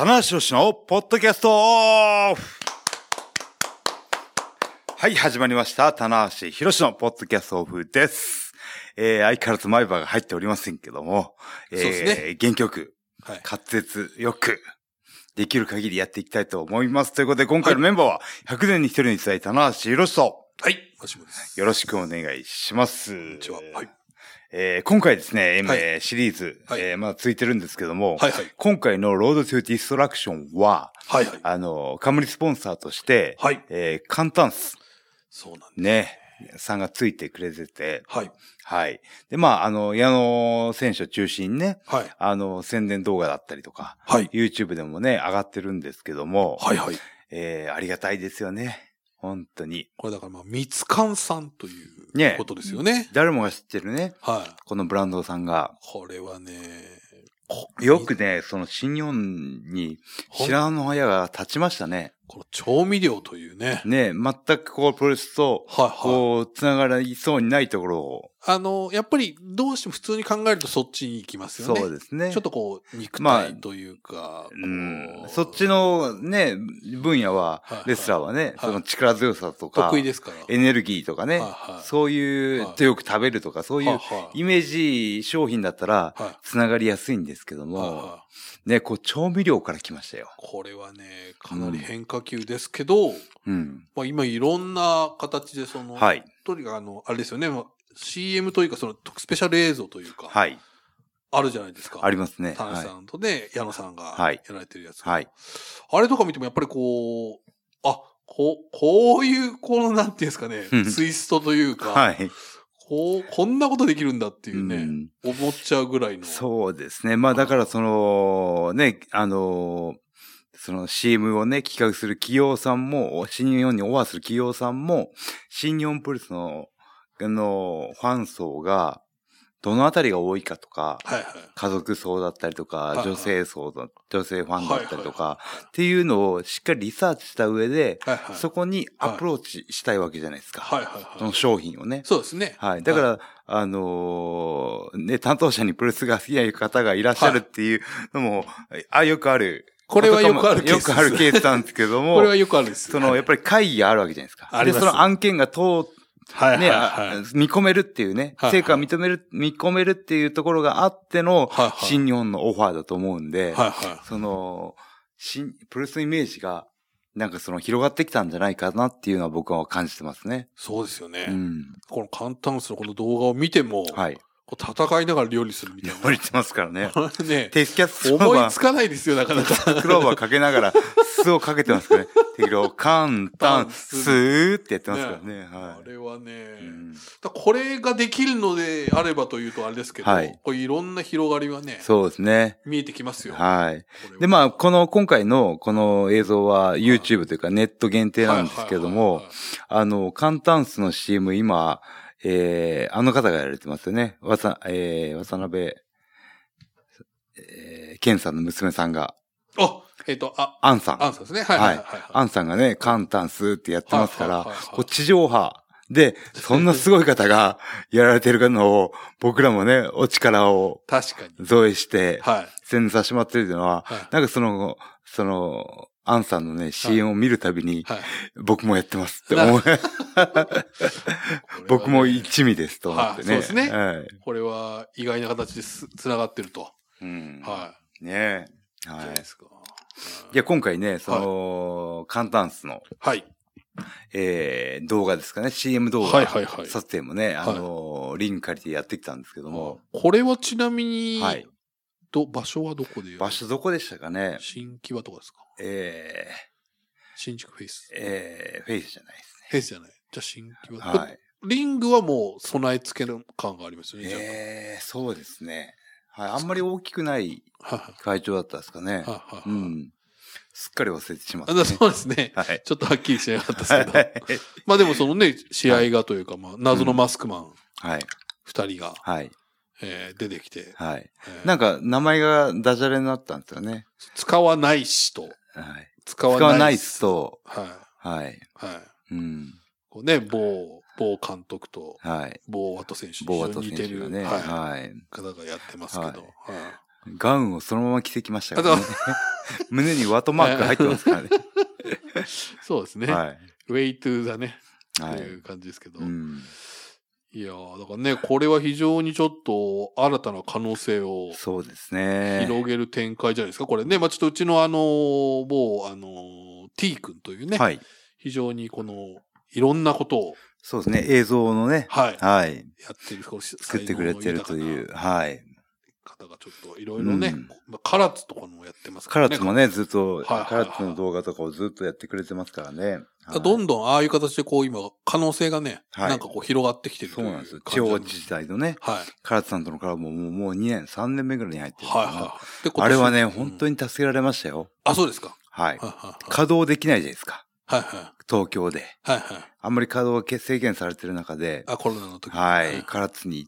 棚橋宏のポッドキャストオフ。はい、始まりました。棚橋宏のポッドキャストオフです。相変わらず前歯が入っておりませんけども、 そうですね。 元気よく、滑舌よく、できる限りやっていきたいと思います。ということで、今回のメンバーは、100年に一人に伝えた棚橋宏と、 はい、もしもです。 よろしくお願いします。こんにちは。はい。 今回ですね、 はい、 シリーズ、 はい、 まだ続いてるんですけども、 はいはい、 今回のロードトゥディストラクションは、 はいはい、 冠スポンサーとして、 はい、 カンタンス。 そうなんですね。さんがついてくれてて、 はい。 はい。で、まあ、矢野選手を中心にね、 はい。 宣伝動画だったりとか、 はい。 YouTube でもね、上がってるんですけども、 はいはい。 ありがたいですよね。本当に。 これだからまあ、ミツカンさんということですよね。 誰もが知ってるね。 はい。 このブランドさんが。 これはね、 よくね、その新日本に白羽の矢が立ちましたね。 この調味料というね。 ね、全くこう、プロレスと、こう、つながりそうにないところを。 やっぱり、どうしても普通に考えるとそっちに行きますよね。 そうですね。 ちょっとこう、肉体というか、 そっちのね、分野は、レスラーはね、その力強さとか、 得意ですから。 エネルギーとかね、そういう、よく食べるとか、そういうイメージ商品だったら、つながりやすいんですけども、ね、こう、調味料から来ましたよ。 これはね、かなり変化球ですけど、まあ今いろんな形でとにかくあれですよね、CM というかそのスペシャル映像というか、あるじゃないですか。 ありますね。 田中さんとね、矢野さんがやられてるやつ。 はい。 あれとか見てもやっぱりこう、こういう、なんていうんですかね、ツイストというか、こんなことできるんだっていうね、思っちゃうぐらいの。 そうですね。まあだからその、ね、その CM をね、企画する企業さんも、新日本にオファーする企業さんも、新日本プロレスの、ファン層が、どのあたりが多いかとか、家族層だったりとか、女性ファンだったりとか、っていうのをしっかりリサーチした上で、そこにアプローチしたいわけじゃないですか。その商品をね。 そうですね。 はい。だから、ね、担当者にプロレスが好きな方がいらっしゃるっていうのも、よくある。 これはよくあるケース。 よくあるケースなんですけども。 これはよくあるです。 やっぱり会議があるわけじゃないですか。で、その案件がね、見込めるっていうね、成果を見込めるっていうところがあっての、新日本のオファーだと思うんで、プロレスのイメージが、なんか広がってきたんじゃないかなっていうのは僕は感じてますね。 そうですよね。このカンタンスのこの動画を見ても、戦いながら料理するみたいな。 料理してますからね。 ね。 テキャス思いつかないですよ、なかなか。 クローバーかけながら、酢をかけてますからね。カンタンスーってやってますからね。 あれはね、これができるのであればというとあれですけど、こういろんな広がりはね、 そうですね。 見えてきますよ。 はい。で、まあ、今回のこの映像は YouTube というかネット限定なんですけども、カンタンスの CM 今、あの方がやられてますよね。渡辺、健さんの娘さんが。アンさん。 アンさんですね。はい。 アンさんがね、カンタンスってやってますから、地上波で、そんなすごい方がやられてるのを、僕らもね、お力を造影して、宣伝させてもらってるっていうのは、なんかアンさんのね、CM を見るたびに、僕もやってますって思う。僕も一味ですと思ってね。 そうですね。これは意外な形で繋がってると。 ねえ。はい。いや、今回ね、カンタンスの、動画ですかね、CM 動画、撮影もね、リンク借りてやってきたんですけども。 これはちなみに、場所はどこで場所どこでしたかね。 新木場とかですか新宿フェイス。 フェイスじゃないですね。 フェイスじゃない。じゃあ新木場。リングはもう備え付ける感がありますよね。 そうですね。はい。あんまり大きくない会場だったんですかね。すっかり忘れてしまった、 そうですね。ちょっとはっきりしなかったですけど。まあでもそのね、試合がというか、まあ、謎のマスクマン。二人が。出てきて。 なんか、名前がダジャレになったんですよね。 使わないしと。 使わないしと。 こうね、某監督と、某ワト選手に似てる、方がやってますけど。 ガウンをそのまま着てきましたからね。 胸にワトマークが入ってますからね。 そうですね。 はい。 ウェイトゥーだね。 はい。 っていう感じですけど。いやー、だからね、これは非常にちょっと新たな可能性を。 そうですね。 広げる展開じゃないですか。これね、まあちょっとうちの某T 君というね。はい。非常にいろんなことを。 そうですね。映像のね。 はい。 はい。 やってる、 作ってくれてるという。はい。 方がちょっといろいろね、唐津とかもやってますからね。 唐津もね、ずっと、唐津の動画とかをずっとやってくれてますからね。 どんどんああいう形で今、可能性がね、なんか広がってきてる。 そうなんですよ。地方自治体のね、唐津さんとのコラボももう2年、3年目ぐらいに入ってる。あれはね、本当に助けられましたよ。 あ、そうですか。 はい。稼働できないじゃないですか。 はいはい。 東京で。はいはい。あんまり稼働が制限されてる中で。 コロナの時に。 はい。唐津に行って、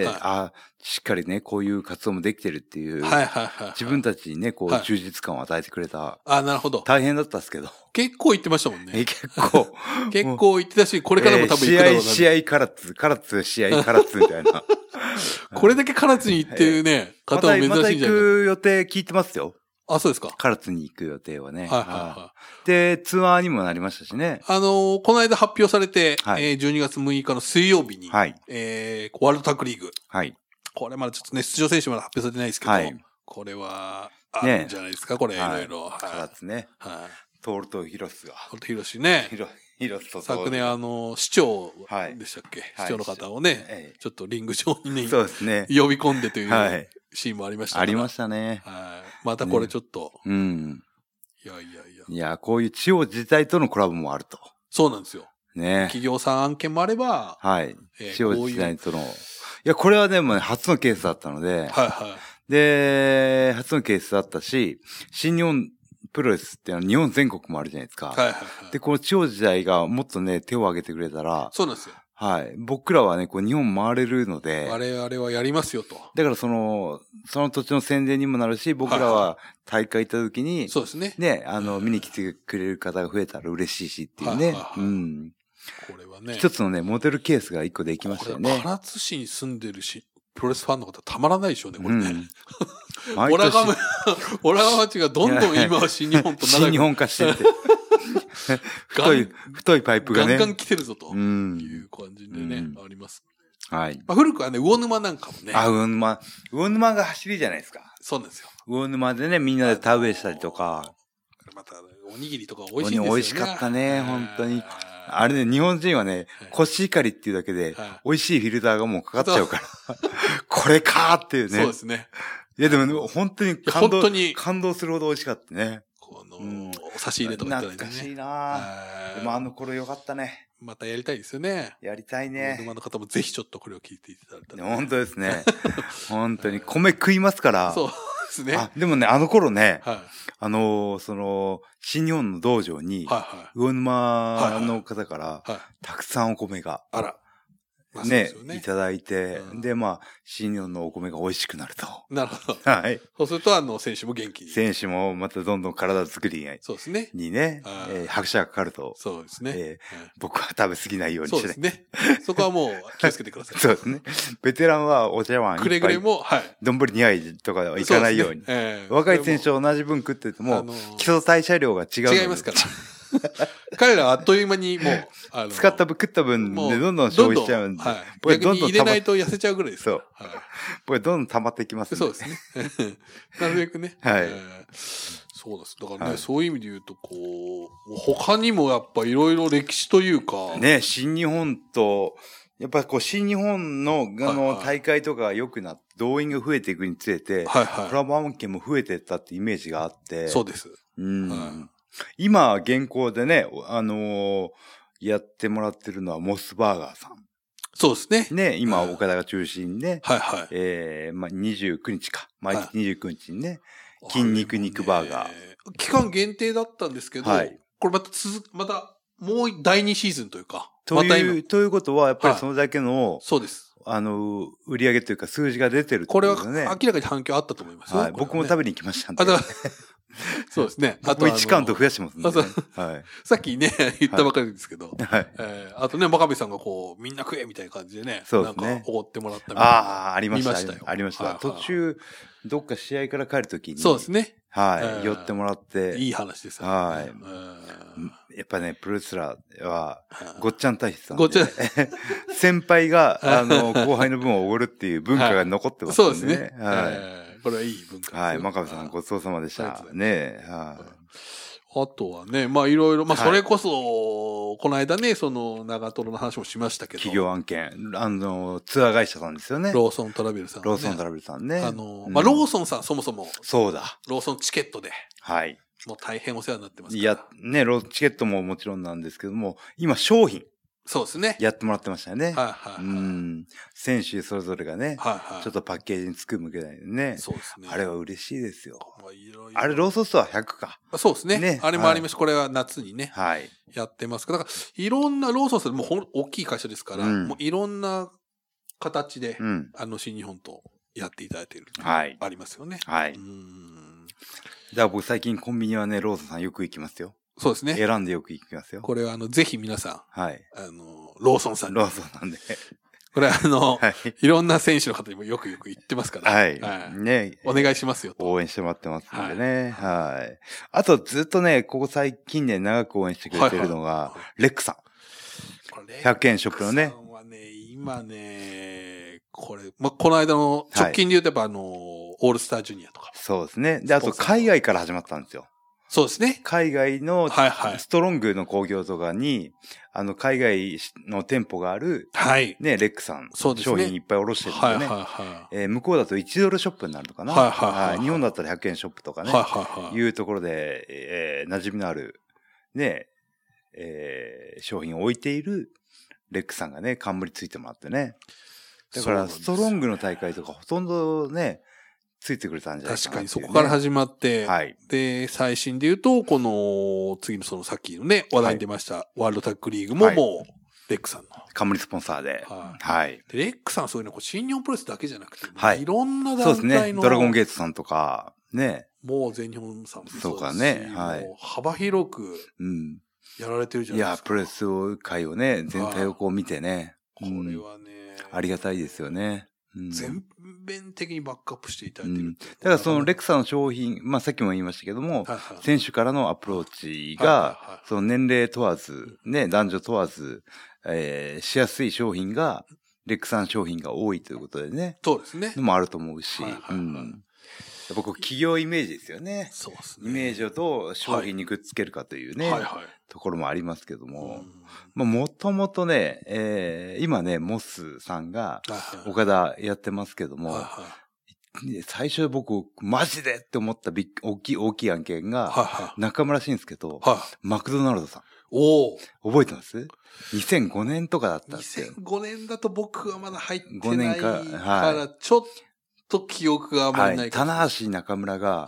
しっかりね、こういう活動もできてるっていう。はいはいはい。自分たちにね、充実感を与えてくれた。 なるほど。 大変だったんですけど。 結構言ってましたもんね。 結構。 結構言ってたし、これからも多分行くだろうな。 試合唐津、試合唐津みたいな。 これだけ唐津に行ってるね、方も珍しいんじゃないまた行く予定聞いてますよ。 あ、そうですか。 唐津に行く予定はね。はいはいはい。で、ツアーにもなりましたしね。 この間発表されて、12月6日の水曜日に、ワールドタッグリーグ。はい。これまだちょっとね、出場選手まだ発表されてないですけど、これは、あるんじゃないですか、これ、いろいろ。 唐津ね。はい。トールとヒロスが。 トールとヒロシね。 ヒロスと昨年市長でしたっけ、市長の方をね、ちょっとリング上にね、 そうですね。 呼び込んでというシーンもありましたね。 ありましたね。 はい。またこれちょっと。 うん。 いやいやいや。 いや、こういう地方自治体とのコラボもあると。 そうなんですよ。 ね。 企業さん案件もあれば。 はい。地方自治体との。いや、これはでも初のケースだったので。はいはい。で、初のケースだったし、新日本プロレスって日本全国もあるじゃないですか。はいはいはい。で、この地方自治体がもっとね、手を挙げてくれたら。 そうなんですよ。 はい。僕らはね、日本回れるので。 我々はやりますよと。 だからその土地の宣伝にもなるし、僕らは大会行った時に、 そうですね。 ね、見に来てくれる方が増えたら嬉しいしっていうね。うん。これはね。一つのね、モデルケースが一個できましたよね。 唐津市に住んでるし、プロレスファンの方たまらないでしょうね、これね。オラガ町がどんどん今は新日本と新日本化してて。太いパイプがね。 ガンガン来てるぞという感じでね、あります。 はい。 古くはね、魚沼なんかもね。 魚沼が走りじゃないですか。 そうなんですよ。 魚沼でね、みんなで田植えしたりとか。 また、おにぎりとか美味しいんですよね。 美味しかったね、本当に。あれね、日本人はね、コシヒカリっていうだけで、美味しいフィルターがもうかかっちゃうから。これかーっていうね。 そうですね。 いやでも本当に感動するほど美味しかったね。 お差し入れとかいただいてね。 懐かしいな。でもあの頃よかったね。 またやりたいですよね。 やりたいね。 魚沼の方もぜひちょっとこれを聞いていただいたら。 本当ですね。本当に米食いますから。 そうですね。 でもね、あの頃ね、新日本の道場に、魚沼の方から、たくさんお米が。あら。ね、いただいて、で、新日本のお米が美味しくなると。 なるほど。 はい。 そうすると、選手も元気に。 選手もまたどんどん体作りそうですね。 にね、拍車がかかると。 そうですね。 僕は食べ過ぎないようにして。 そうですね。そこはもう気をつけてください。 そうですね。ベテランはお茶碗くれぐれも、はい。 丼2杯とかはいかないように。若い選手と同じ分食ってても、基礎代謝量が違う。 違いますから。彼らはあっという間にもう、 使った分、食った分でどんどん消費しちゃうんで。 逆に入れないと痩せちゃうぐらいです。 そう。これどんどん溜まっていきます。 そうですね。なるべくね。 はい。 そうです。だからね、そういう意味で言うと、他にもやっぱいろいろ歴史というか。 ね、新日本と、やっぱ新日本の大会とかが良くなって、動員が増えていくにつれて、コラボ案件も増えていったってイメージがあって。 そうです。 今、現行でね、やってもらってるのはモスバーガーさん。 そうですね。 ね、今、岡田が中心で、 はいはい。 29日か。毎月29日にね、筋肉肉バーガー。 期間限定だったんですけど、これまた、もう第2シーズンというか。ということは、やっぱりそのだけの、 そうです。 売り上げというか数字が出てるってことですね。 これは明らかに反響あったと思いますよ。 はい。僕も食べに行きましたんで。 そうですね。 あと1カウント増やしてますね。 はい。さっきね、言ったばかりですけど。はい。あとね、真壁さんがみんな食えみたいな感じでね。そうですね。なんか、おごってもらったみたいな。 ありましたよ。ありました。途中、どっか試合から帰るときに。 そうですね。 はい。寄ってもらって。 いい話ですよね。 はい。やっぱね、プロレスラーは、ごっちゃん体質なんで。ごっちゃん。先輩が、後輩の分をおごるっていう文化が残ってますね。 そうですね。はい。これはいい文化です。 はい。真壁さんごちそうさまでした。ね。はい。 あとはね、まあいろいろ、まあそれこそ、この間ね、その長瀞の話もしましたけど。 企業案件、ツアー会社さんですよね。 ローソントラベルさん、 ね。ローソントラベルさんね。 まあローソンさんそもそも。 そうだ。 ローソンチケットで。 はい。 もう大変お世話になってますから。 いや、ね、チケットももちろんなんですけども、今商品。 そうですね。 やってもらってましたよね。 はい。 選手それぞれがね、ちょっとパッケージにつく向けないでね。 そうですね。 あれは嬉しいですよ。あれローソンストア100か。 そうですね。あれもありました。これは夏にね。 はい。 やってますから。だから、いろんなローソンストアもう大きい会社ですから、もういろんな形で、新日本とやっていただいている。はい。ありますよね。 はい。だから僕最近コンビニはね、ローソンさんよく行きますよ。 そうですね。 選んでよく行きますよ。 これはぜひ皆さん。 はい。 ローソンさんに。 ローソンなんで。 これいろんな選手の方にもよく言ってますから。 はい。ね。 お願いしますよと。応援してもらってますんでね。はい。あとずっとね、ここ最近ね、長く応援してくれてるのが、レックさん。100円ショップのね。レックさんはね、今ね、これ、ま、この間の直近で言うとやっぱオールスタージュニアとか。 そうですね。で、あと海外から始まったんですよ。 そうですね。 海外のストロングの工業とかに、海外の店舗がある、ね、レックさん、商品いっぱい卸してるんですよね。向こうだと1ドルショップになるのかな。日本だったら100円ショップとかね、いうところで、馴染みのある、ね、商品を置いているレックさんがね、冠ついてもらってね。だから、ストロングの大会とかほとんどね、ついてくれたんじゃないかな、 確かにそこから始まって、はい。で、最新で言うと、この、次のそのさっきのね、話題に出ました、ワールドタッグリーグももう、レックさんの。 冠スポンサーで。はい。 でレックさんそういうの、新日本プロレスだけじゃなくて、はい。いろんな団体の。そうですね。 ドラゴンゲートさんとか、ね。 もう全日本さんもそうかね。はい。 幅広く、やられてるじゃないですか。 いや、プロレス界をね、全体をこう見てね。 これはね。 ありがたいですよね。 全面的にバックアップしていただいてる。 だからそのレクサの商品、まあさっきも言いましたけども、選手からのアプローチが、その年齢問わず、ね、男女問わず、しやすい商品が、レクサン商品が多いということでね。 そうですね。 のもあると思うし、僕、企業イメージですよね。 そうですね。 イメージをどう商品にくっつけるかというね、ところもありますけども、まあ、もともとね、今ね、モスさんが、岡田やってますけども、最初僕、マジでって思った大きい案件が、中村慎介と、マクドナルドさん。覚えてます ?2005 年とかだったって。 2005年だと僕はまだ入ってないから、ちょっと記憶があまりないかも。棚橋中村が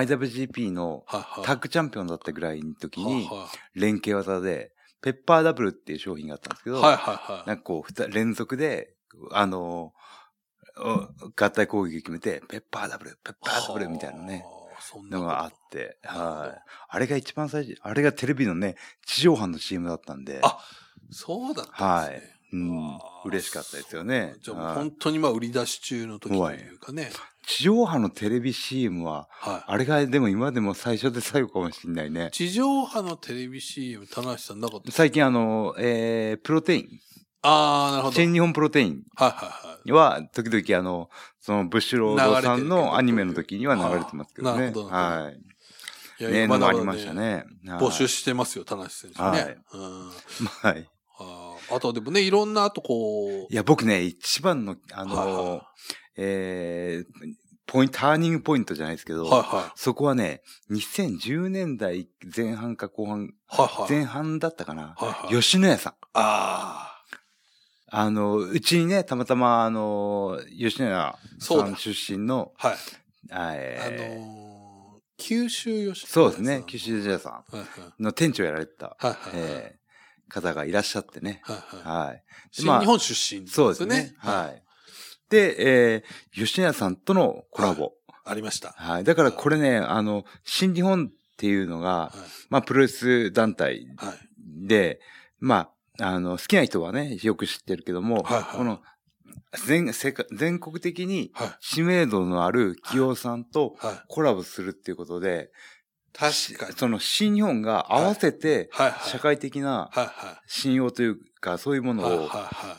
IWGP のタッグチャンピオンだったぐらいの時に連携技でペッパーダブルっていう商品があったんですけど、なんかこう連続で合体攻撃決めてペッパーダブルみたいなね。のがあって、あれが一番最初、あれがテレビのね、地上波の CM だったんで。 あ、そうだったんですね。 嬉しかったですよね。 じゃあ本当に売り出し中の時というかね。 地上波のテレビ CM は、あれがでも今でも最初で最後かもしれないね。 地上波のテレビ CM、田中さんなかった最近プロテイン。 なるほど。 新日本プロテイン。は、時々そのブッシュロードさんのアニメの時には流れてますけどね。 なるほど。 はい。ね、まだありましたね。 募集してますよ、田中選手ね。 はい。 あとでもね、いろんな、あといや、僕ね、一番の、ターニングポイントじゃないですけど、そこはね、2010年代前半か後半、前半だったかな。吉野家さん。うちにね、たまたま、吉野家さん出身の、 九州吉野家さん。 そうですね、九州吉野家さんの店長やられてた、方がいらっしゃってね。 新日本出身ですね。 そうですね。はい。で、吉野家さんとのコラボ。 ありました。 はい。だからこれね、新日本っていうのが、まあ、プロレス団体で、まあ、好きな人はね、よく知ってるけども、この、 全国的に知名度のある企業さんとコラボするっていうことで、 確かに。 その新日本が合わせて、社会的な信用というか、そういうものを、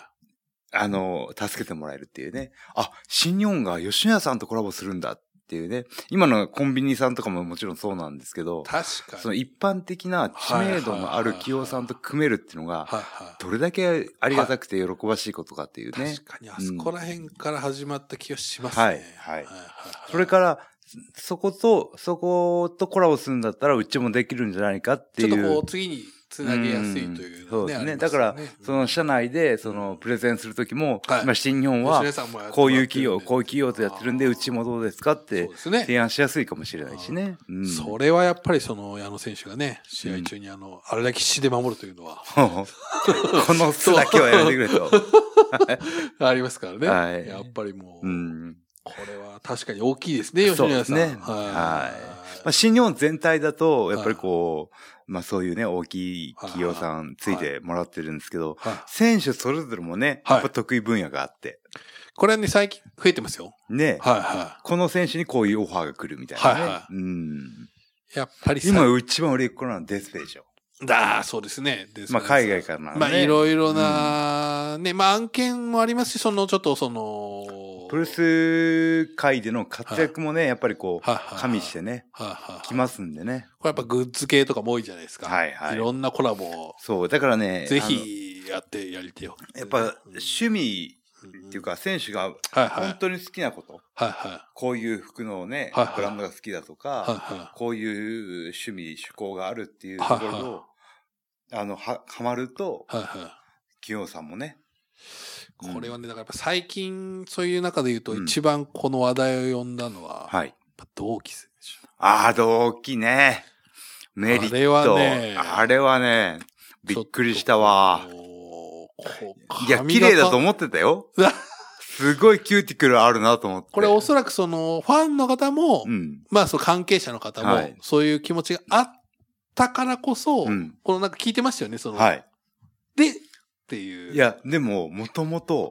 助けてもらえるっていうね。あ、新日本が吉野家さんとコラボするんだっていうね。今のコンビニさんとかももちろんそうなんですけど、 確かに。 その一般的な知名度のある企業さんと組めるっていうのが、どれだけありがたくて喜ばしいことかっていうね。 確かに、あそこら辺から始まった気がしますね。 はい。それから、そことコラボするんだったら、うちもできるんじゃないかっていう。 ちょっとこう、次につなげやすいという、 そうですね。だから、その社内で、プレゼンするときも、新日本は、こういう企業とやってるんで、うちもどうですかって、提案しやすいかもしれないしね。 それはやっぱり矢野選手がね、試合中にあれだけ必死で守るというのは。 この巣だけはやめてくれと。 ありますからね。やっぱりもう。これは確かに大きいですね、吉野家さん。 ね。新日本全体だと、やっぱりそういうね、大きい企業さんついてもらってるんですけど、選手それぞれもね、やっぱ得意分野があって。 これはね、最近増えてますよ。 ね。この選手にこういうオファーが来るみたいなね。 やっぱり今一番売れっ子なのはデスペでしょ。 そうですね。 海外からなね。いろいろな、ね、案件もありますし、ちょっとプロレス界での活躍もね、やっぱり加味してね、来ますんでね。 これやっぱグッズ系とかも多いじゃないですか。いろんなコラボを。 そう、だからね。 ぜひやりてよ。 やっぱ趣味っていうか、選手が本当に好きなこと。こういう服のね、ブランドが好きだとか、こういう趣味、趣向があるっていうところを、はまると、企業さんもね。 これはね、だからやっぱ最近そういう中で言うと一番この話題を呼んだのは、同期選手。 同期ね。メリット。あれはね、びっくりしたわ。いや、綺麗だと思ってたよ。すごいキューティクルあるなと思って。 これおそらくファンの方も、関係者の方も、そういう気持ちがあったからこそ、聞いてましたよね、で、っていう。 いや、でも、もともと、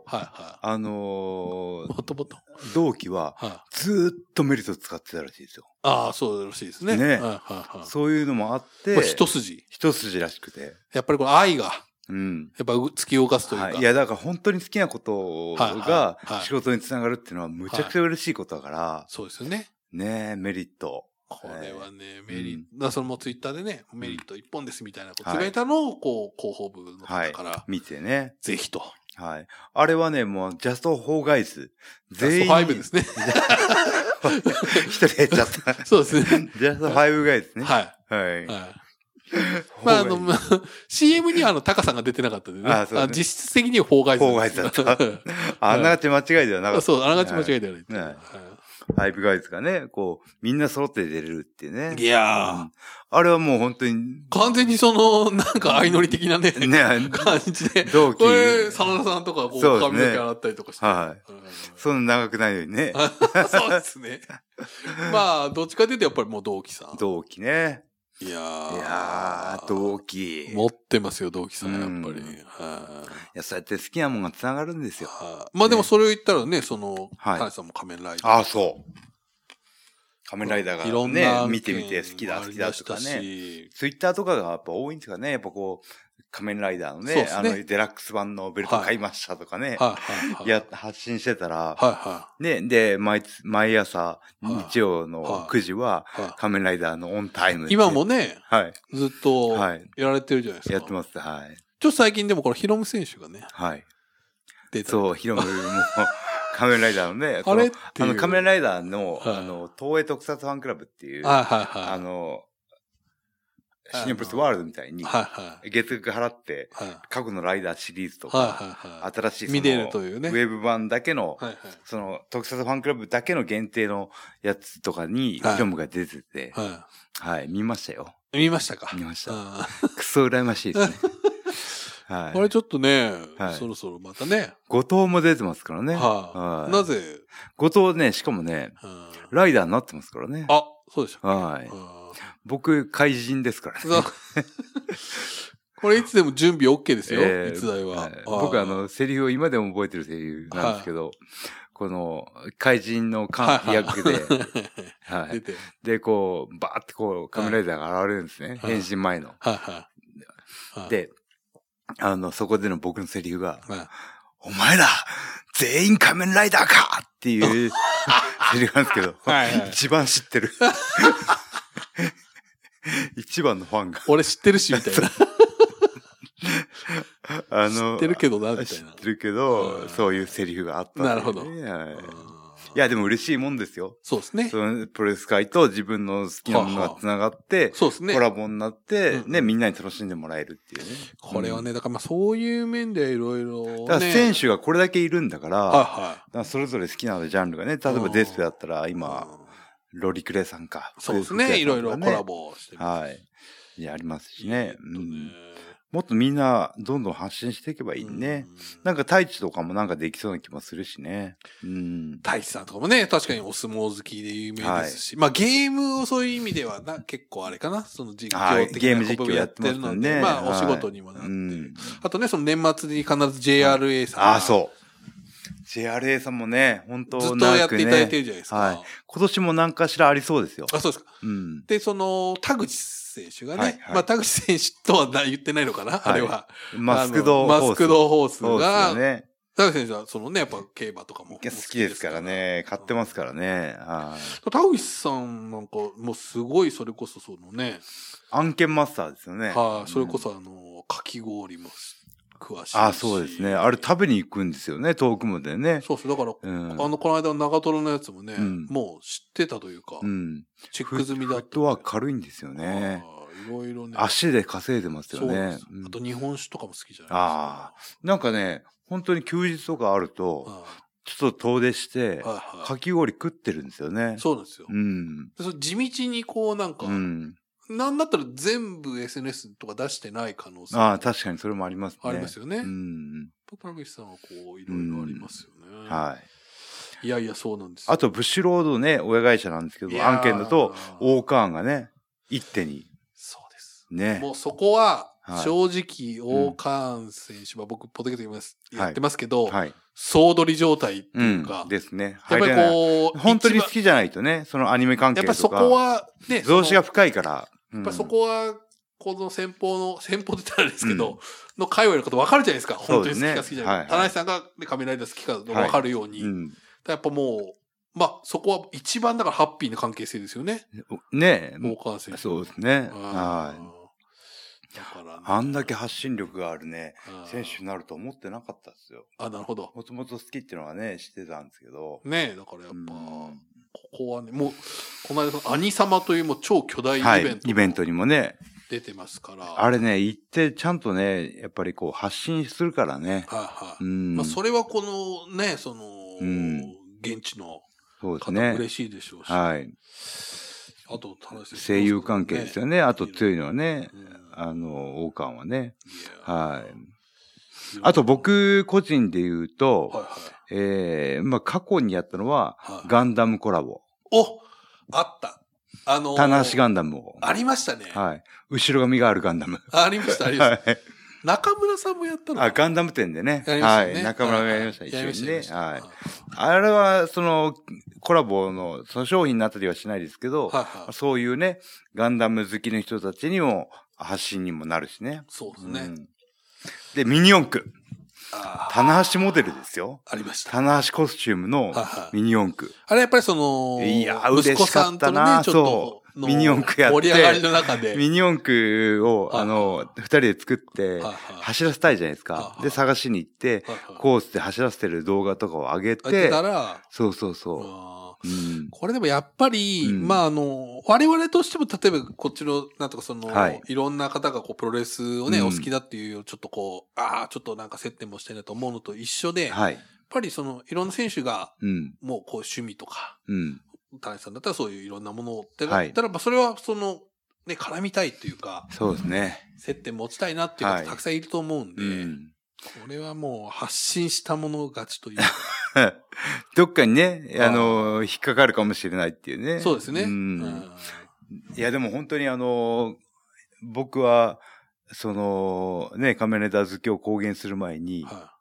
同期は、ずーっとメリット使ってたらしいですよ。 そうらしいですね。 ね。そういうのもあって、 一筋らしくて。 やっぱり愛が、やっぱ突き動かすというか。 いや、だから本当に好きなことが仕事につながるっていうのはむちゃくちゃ嬉しいことだから。 そうですよね。 ねメリット。 これはね、メリット、そのツイッターでね、メリット一本ですみたいなことつぶやいたのを、広報部の方から見てね。 ぜひと。 あれはね、もう、ジャスト4ガイズ。 全員。ジャスト5ですね。 一人減っちゃった。 そうですね。 ジャスト5ガイズね。 CM にはタカさんが出てなかったんでね。実質的には4ガイズ。 4ガイズだった。あながち間違いではなかった。 そう、あながち間違いではない。 ファイブガイズがね、みんな揃って出れるっていうね。 いやあれはもう本当に。 完全に相乗り的なね、感じで。同期。これ、真田さんとか、髪の毛洗ったりとかして。 そんな長くないようにね。 そうですね。どっちかというとやっぱりもう同期さん。 同期ね。 いや同期。 持ってますよ、同期さん、やっぱり。いや、そうやって好きなものが繋がるんですよ。 でもそれを言ったらね、谷さんも仮面ライダー。 そう。仮面ライダーがね、見てみて好きだとかね。ツイッターとかがやっぱ多いんですかね。やっぱ仮面ライダーのね、デラックス版のベルト買いましたとかね。発信してたら、ね、で、毎朝、日曜の9時は、仮面ライダーのオンタイム。 今もね、ずっと、やられてるじゃないですか。 やってます、ちょっと最近でもこのヒロム選手がね。 そう、ヒロムも、仮面ライダーのね、仮面ライダーの、東映特撮ファンクラブっていう、新日本プロレスワールドみたいに、月額払って、過去のライダーシリーズとか、新しい見れるというね。 ウェブ版だけの、特撮ファンクラブだけの限定のやつとかに、ヒロムが出てて、見ましたよ。 見ましたか。 見ました。クソ羨ましいですね。 これちょっとね、そろそろまたね。 後藤も出てますからね。 なぜ後藤ね、しかもね、ライダーになってますからね。 そうでした。 僕、怪人ですからね。 これいつでも準備 OK ですよ、逸材は。 僕セリフを今でも覚えてるセリフなんですけど、この怪人の役で、はい。で、こう、バーってこう、仮面ライダーが現れるんですね。変身前の。で、そこでの僕のセリフが、お前ら、全員仮面ライダーかっていうセリフなんですけど、一番知ってる。一番のファンが。 俺知ってるし、みたいな。知ってるけどな、みたいな。 知ってるけど、そういうセリフがあった、 なるほど。 いや、でも嬉しいもんですよ。 そうですね。 そのプロレス界と自分の好きなものが繋がって、 そうですね。 コラボになって、ね、みんなに楽しんでもらえるっていうね。 これはね、だからそういう面でいろいろ。 だから選手がこれだけいるんだから、だからそれぞれ好きなジャンルがね、例えばデスペだったら今、ロリクレさんか。 そうですね。いろいろコラボしてます。はい。いや、ありますしね。もっとみんなどんどん発信していけばいいね。なんか太一とかもなんかできそうな気もするしね。 太一さんとかもね、確かにお相撲好きで有名ですし、まあゲームをそういう意味では結構あれかな、その実況的なことをやってるので、まあお仕事にもなって。あとね、その年末に必ず JRA さん。 あ、そう。JRA さんもね、本当ずっとやっていただいてるじゃないですか。はい。 今年も何かしらありそうですよ。 あ、そうですか。で、その、田口選手がね、まあ、田口選手とは言ってないのかな、あれは。 マスクドホース。 マスクドホースが、田口選手は、そのね、やっぱ競馬とかも好きですからね。買ってますからね。 田口さんなんか、もうすごい、それこそそのね。 案件マスターですよね。 はい。それこそかき氷も詳しいし。 あ、そうですね。あれ食べに行くんですよね、遠くまでね。 そうそう。だから、この間の長瀞のやつもね、もう知ってたというか、チェック済みだった。 フットは軽いんですよね。 いろいろね。 足で稼いでますよね。 あと日本酒とかも好きじゃないですか。 ああ。なんかね、本当に休日とかあると、ちょっと遠出して、かき氷食ってるんですよね。 そうなんですよ。地道にこうなんか、なんだったら全部 SNS とか出してない可能性。 ああ、確かにそれもありますね。 ありますよね。田口さんはこう、いろいろありますよね。 はい。 いやいや、そうなんですよ。 あと、ブッシュロードね、親会社なんですけど、案件だと、オーカーンがね、一手に。 そうです。 ね。 もうそこは、正直、オーカーン選手は僕、ポテケトやってますけど、総取り状態っていうか。 ですね。 やっぱりこう、 本当に好きじゃないとね、そのアニメ関係とか。 やっぱりそこは、ね、 増資が深いから。 やっぱそこは、この先方って言ったらあれですけど、の界隈のこと分かるじゃないですか。本当に好きか好きじゃないか。田中さんが仮面ライダー好きか分かるように。やっぱもう、まあ、そこは一番だからハッピーな関係性ですよね。 ねえ。 大川選手。 そうですね。はい。 だからね。 あんだけ発信力があるね、選手になると思ってなかったですよ。 あ、なるほど。 もともと好きっていうのはね、知ってたんですけど。 ねえ、だからやっぱ、ここはね、もう、この間、兄様というもう超巨大イベント。 イベントにもね。 出てますから。 あれね、行ってちゃんとね、やっぱりこう発信するからね。 まあそれはこのね、その、現地の方嬉しいでしょうし。 はい。 あと、 声優関係ですよね。あと強いのはね、王冠はね。はい。あと僕個人で言うと、まあ過去にやったのは、ガンダムコラボ。 お、あった。 棚橋ガンダムを。 ありましたね。 はい。後ろ髪があるガンダム。 ありました、ありました。中村さんもやったの？ ガンダム店でね。はい。中村がやりました、一緒にね。はい。あれは、その、コラボの、その商品になったりはしないですけど、そういうね、ガンダム好きの人たちにも、発信にもなるしね。 そうですね。 で、ミニ四駆。棚橋モデルですよ。 ありました。 棚橋コスチュームのミニ四駆。 あれやっぱりその、 いや、嬉しかったな、そう。ミニ四駆やって。 盛り上がりの中で。 ミニ四駆を、二人で作って、走らせたいじゃないですか。で、探しに行って、コースで走らせてる動画とかを上げて、そうそうそう。 これでもやっぱり、まあ我々としても例えばこっちの、なんとかその、いろんな方がこうプロレスをね、お好きだっていう、ちょっとこう、ちょっとなんか接点もしてるなと思うのと一緒で、やっぱりその、いろんな選手が、もうこう趣味とか、田中さんだったらそういういろんなものってなったら、それはその、ね、絡みたいっていうか、 そうですね。 接点持ちたいなっていう方たくさんいると思うんで、これはもう発信したもの勝ちというか。 どっかにね、引っかかるかもしれないっていうね。 そうですね。 いや、でも本当に僕は、 その、ね、仮面ライダー好きを公言する前に、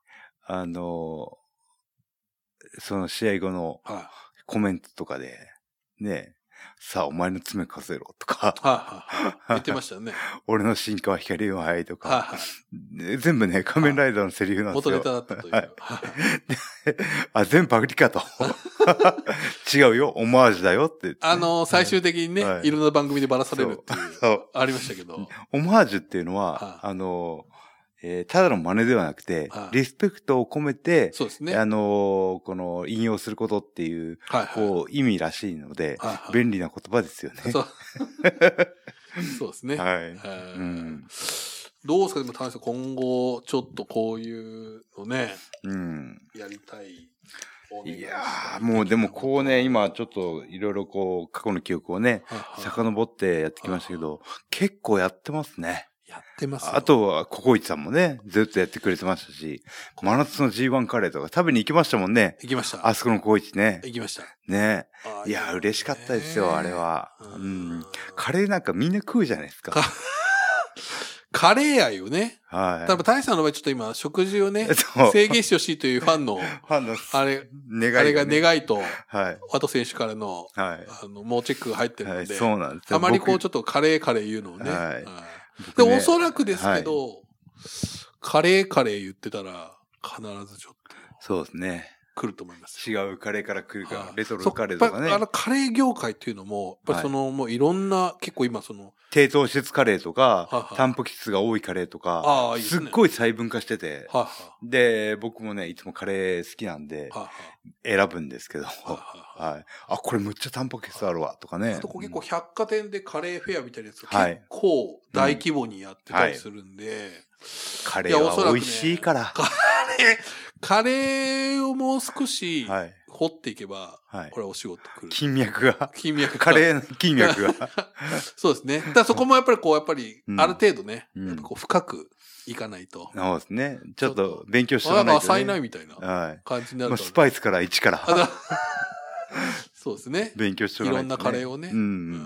その試合後のコメントとかで、ね、さあ、お前の爪数えろとか、 言ってましたよね。 俺の進化は光よ早いとか、全部ね、仮面ライダーのセリフなんですよ。 元ネタだったという。 全部パクリかと。違うよ、オマージュだよって言って、 最終的にね、いろんな番組でばらされるっていう、ありましたけど。 オマージュっていうのは、ただの真似ではなくて、リスペクトを込めて、 そうですね。 この引用することっていう、こう、意味らしいので、便利な言葉ですよね。 そうですね。 はい。 どうですか、でも、田中さん、今後、ちょっとこういうのね、やりたい。 いやー、もうでもこうね、今ちょっといろいろこう、過去の記憶をね、遡ってやってきましたけど、結構やってますね。 やってます。 あとは、ココイチさんもね、ずっとやってくれてましたし、真夏の G1 カレーとか食べに行きましたもんね。 行きました。 あそこのココイチね。 行きました。 ね。いや、嬉しかったですよ、あれは。カレーなんかみんな食うじゃないですか。 カレー愛をね。 はい。 多分、大さんの場合ちょっと今、食事をね、制限してほしいというファンの、あれが願いと、ワト選手からの、もうチェックが入ってるので、 そうなんです。 あまりこうちょっとカレー言うのをね。で、おそらくですけど、カレー言ってたら、必ずちょっと。 そうですね。 来ると思います。 違うカレーから来るから、レトロカレーとかね。 カレー業界っていうのも、やっぱりもういろんな、結構今低糖質カレーとか、タンパク質が多いカレーとか、すっごい細分化してて、で、僕もね、いつもカレー好きなんで、選ぶんですけど、これむっちゃタンパク質あるわ、とかね。 あと結構百貨店でカレーフェアみたいなやつが結構大規模にやってたりするんで、 カレーは美味しいから。 カレーをもう少し掘っていけば、これお仕事来る。 筋脈が。カレーの筋脈が。 そうですね。だからそこもやっぱりある程度ね、深くいかないと。 そうですね。ちょっと勉強してもらわないと。 浅いなみたいな感じになると。 スパイスから1から。 そうですね。 勉強してもらわないと。 いろんなカレーをね。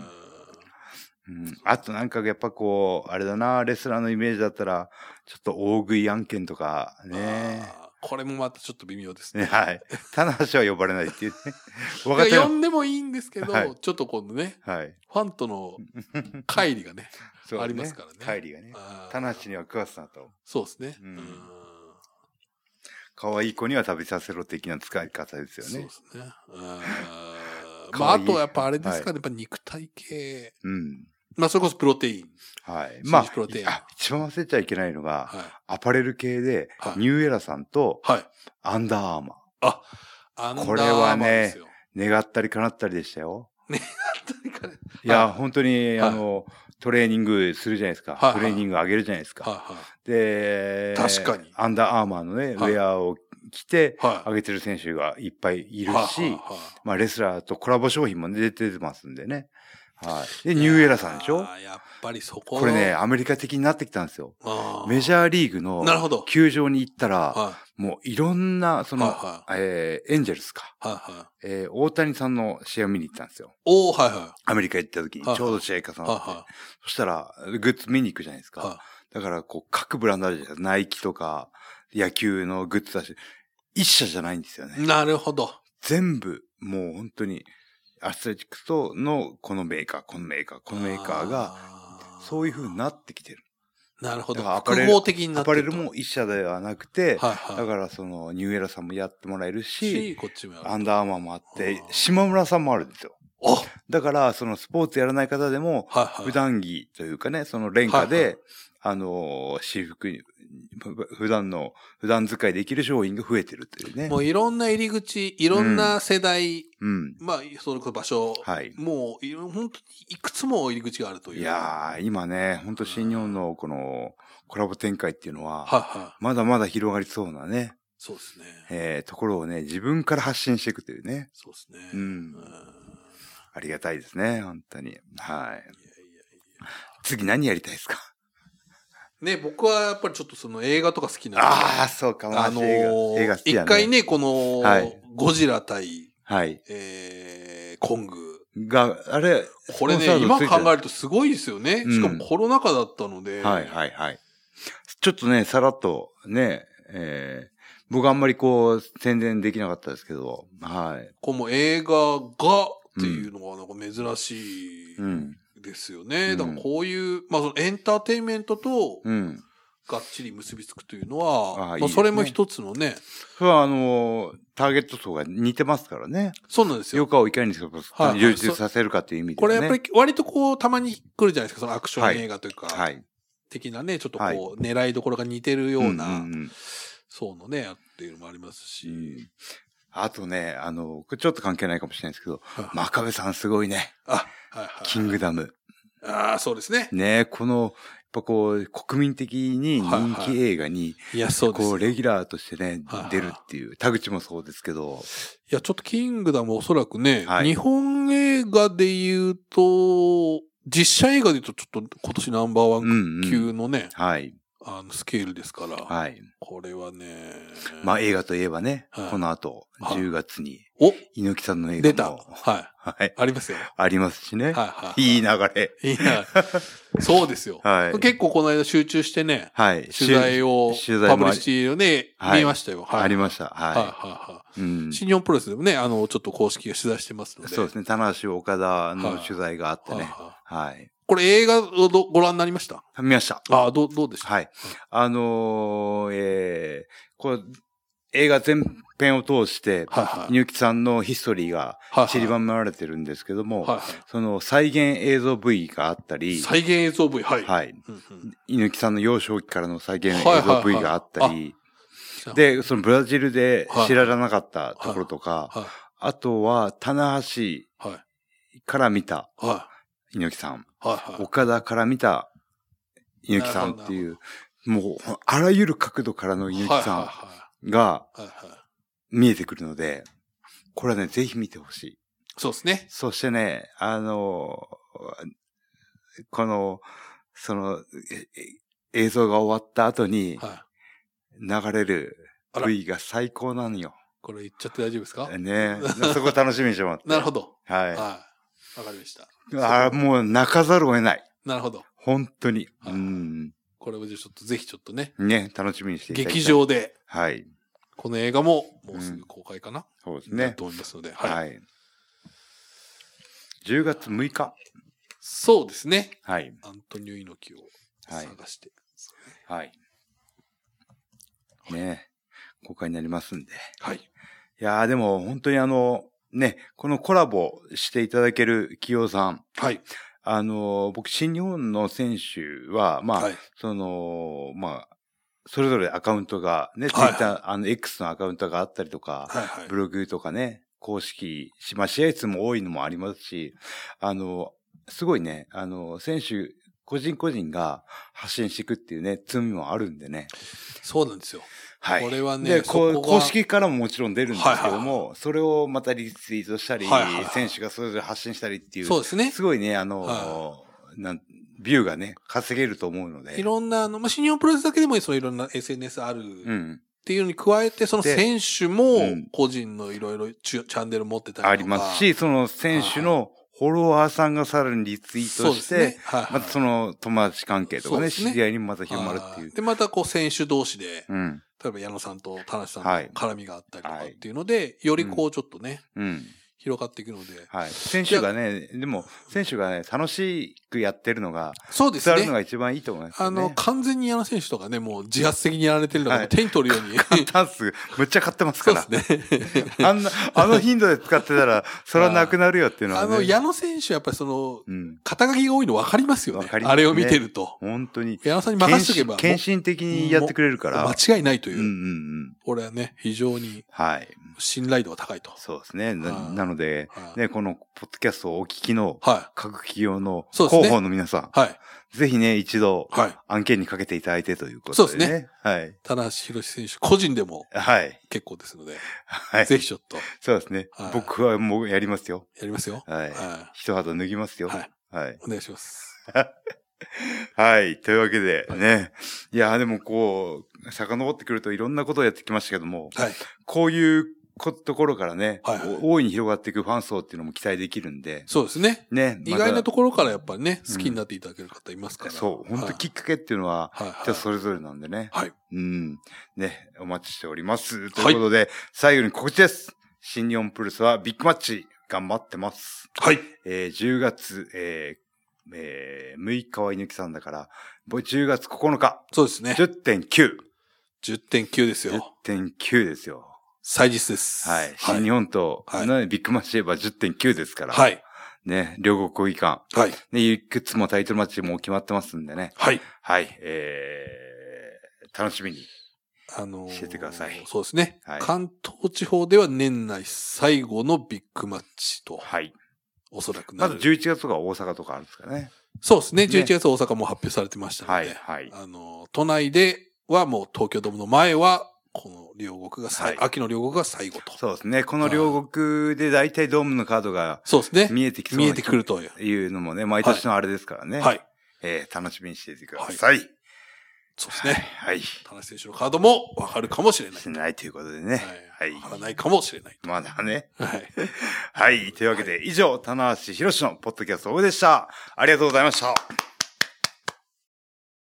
あとなんかやっぱこう、あれだな、レスラーのイメージだったら、ちょっと大食い案件とかね。 これもまたちょっと微妙ですね。 はい。棚橋は呼ばれないっていうね。 呼んでもいいんですけど、ちょっと今度ね、ファンとの乖離がね、ありますからね。 乖離がね。棚橋には食わすなと。 そうですね。 可愛い子には食べさせろ的な使い方ですよね。 そうですね。あとやっぱあれですかね、やっぱ肉体系。それこそプロテイン。 一番忘れちゃいけないのが、アパレル系で、ニューエラさんと、アンダーアーマー。これはね、願ったり叶ったりでしたよ。 願ったり叶ったり。 いや、本当に、トレーニングするじゃないですか。トレーニング上げるじゃないですか。で、 確かに。 アンダーアーマーのね、ウェアを着て、上げてる選手がいっぱいいるし、レスラーとコラボ商品も出てますんでね。で、ニューエラさんでしょ？ やっぱりそこ。 これね、アメリカ的になってきたんですよ。メジャーリーグの球場に行ったら、もういろんな、エンジェルスか。大谷さんの試合を見に行ったんですよ。アメリカ行った時にちょうど試合重なって。そしたら、グッズ見に行くじゃないですか。だから、各ブランドあるじゃないですか。ナイキとか、野球のグッズだし、一社じゃないんですよね。 なるほど。 全部、もう本当に、アスレチックスのこのメーカーが、そういう風になってきてる。 なるほど。 複合的になってる。アパレルも一社ではなくて、だからニューエラさんもやってもらえるし、アンダーアーマーもあって、島村さんもあるんですよ。だから、スポーツやらない方でも、普段着というかね、廉価で、私服、普段使いできる商品が増えてるっていうね。 もういろんな入り口、いろんな世代、それこそ場所、もう、本当にいくつも入り口があるという。 いやー、今ね、本当新日本のこのコラボ展開っていうのは、まだまだ広がりそうなね。 そうですね。 ところをね、自分から発信していくというね。 そうですね。 ありがたいですね、本当に。はい。次何やりたいですか？ ね、僕はやっぱりちょっと映画とか好きなんで。 そうか、映画好きだね。 一回ね、ゴジラ対、コング。 が、あれ、 これね、今考えるとすごいですよね。しかもコロナ禍だったので。 はいはいはい。ちょっとね、さらっとね、僕あんまりこう、宣伝できなかったですけど、はい。 この映画がっていうのはなんか珍しいですよね。だからこういう、まあそのエンターテインメントと、がっちり結びつくというのは、まあそれも一つのね。 それはターゲット層が似てますからね。 そうなんですよ。 余暇をいかに充実させるかという意味で、ね。 これやっぱり割とこう、たまに来るじゃないですか、そのアクション映画というか。はい。的なね、ちょっとこう、狙いどころが似てるような、層のね、っていうのもありますし。 あとね、ちょっと関係ないかもしれないですけど、真壁さんすごいね。キングダム。 ああ、そうですね。 ね、この、やっぱこう、国民的に人気映画に、こう、レギュラーとしてね、出るっていう、田口もそうですけど。 いや、ちょっとキングダムおそらくね、日本映画で言うと、実写映画で言うとちょっと今年ナンバーワン級のね、スケールですから。はい。これはね。 まあ映画といえばね、この後、10月に、猪木さんの映画も出た。はい。ありますよ。 ありますしね。いい流れ。 いい流れ。そうですよ。結構この間集中してね、取材を、パブリシティをね、見ましたよ。 ありました。はい。 新日本プロレスでもね、ちょっと公式が取材してますので。 そうですね。棚橋岡田の取材があってね。はい。 これ映画をご覧になりました？ 見ました。 ああ、どうでした？ はい。これ、映画全編を通して、猪木さんのヒストリーが散りばめられてるんですけども、その再現映像 V があったり、 再現映像 V、はい。 はい。猪木さんの幼少期からの再現映像 V があったり、で、そのブラジルで知らなかったところとか、あとは、棚橋から見た猪木さん、岡田から見た猪木さんっていう、もう、あらゆる角度からの猪木さんが見えてくるので、これはね、ぜひ見てほしい。 そうですね。 そしてね、映像が終わった後に、流れる V が最高なのよ。 これ言っちゃって大丈夫ですか？ ねそこ楽しみにしてもらって。 なるほど。 はい。 わかりました。 もう泣かざるを得ない。 なるほど。 本当に。 これをぜひちょっとね。 ね、楽しみにしていただきたい。 劇場で。 はい。 この映画ももうすぐ公開かな。 そうですね。 と思いますので。 はい。10月6日。 そうですね。 はい。 アントニオ猪木を探して。 はい。ね、公開になりますんで。 はい。 いやーでも本当にね、このコラボしていただける企業さん。 はい。 僕、新日本の選手は、まあ、それぞれアカウントがね、ツイッター、X のアカウントがあったりとか、ブログとかね、公式、試合数も多いのもありますし、すごいね、選手、個人個人が発信していくっていうね、罪もあるんでね。 そうなんですよ。 はい。 これはね、 で、公式からももちろん出るんですけども、それをまたリツイートしたり、選手がそれぞれ発信したりっていう。 そうですね。 すごいね、ビューがね、稼げると思うので。 いろんな、新日本プロレスだけでもいろんな SNS ある。っていうのに加えて、その選手も個人のいろいろチャンネル持ってたりとか。 ありますし、その選手のフォロワーさんがさらにリツイートして、またその友達関係とかね、知り合いにもまた広まるっていう。 で、またこう選手同士で、例えば矢野さんと田無さんの絡みがあったりとかっていうので、よりこうちょっとね、広がっていくので。 はい。選手がね、楽しくやってるのが、 そうですね。 伝わるのが一番いいと思いますね。 完全に矢野選手とかね、もう自発的にやられてるのが手に取るように。 タンス、むっちゃ買ってますから。 そうですね。 頻度で使ってたら、それはなくなるよっていうのはね。 矢野選手やっぱり肩書きが多いの分かりますよね。あれを見てると。 本当に。 矢野さんに任せとけば。 献身的にやってくれるから。 間違いないという。俺はね、非常に。はい。信頼度が高いと。 そうですね。なので、ね、このポッドキャストをお聞きの各企業の広報の皆さん、ぜひね、一度案件にかけていただいてということでね。そうですね。はい。 棚橋宏選手個人でも結構ですので、はい。ぜひちょっと。 そうですね。僕はもうやりますよ。 やりますよ。 はい。一肌脱ぎますよ。はい。はい。 お願いします。 はい。というわけでね。いや、でもこう、遡ってくるといろんなことをやってきましたけども、こういうところからね、大いに広がっていくファン層っていうのも期待できるんで。 そうですね。 ね。 意外なところからやっぱりね、好きになっていただける方いますから。 そう。本当きっかけっていうのは、人それぞれなんでね。 はい。 ね、お待ちしております。ということで、最後に告知です。新日本プロレスはビッグマッチ頑張ってます。 はい。 10月、6日は猪木さんだから、10月9日。 そうですね。 10.9。 10.9 ですよ。 10.9 ですよ。 祭日です。 はい。新日本と、ビッグマッチで言えば 10.9 ですから。 はい。 ね、両国国技館。 はい。 ね、いくつもタイトルマッチも決まってますんでね。 はい。 はい。楽しみにしててください。 そうですね。はい。関東地方では年内最後のビッグマッチと。はい。おそらくなる。まず11月とか大阪とかあるんですかね。 そうですね。11月大阪も発表されてましたので。はい。都内ではもう東京ドームの前は、この両国が秋の両国が最後と。 そうですね。この両国で大体ドームのカードがそうですね。 見えてきそう見えてくるというのもね、毎年のあれですからね。はい。楽しみにしていてください。 そうですね。 はい。 田中選手のカードもわかるかもしれない。 しないということでね。 はい。わからないかもしれない。 まだね。 はい。 はい。というわけで、以上、棚橋宏のポッドキャストオフでした。ありがとうございました。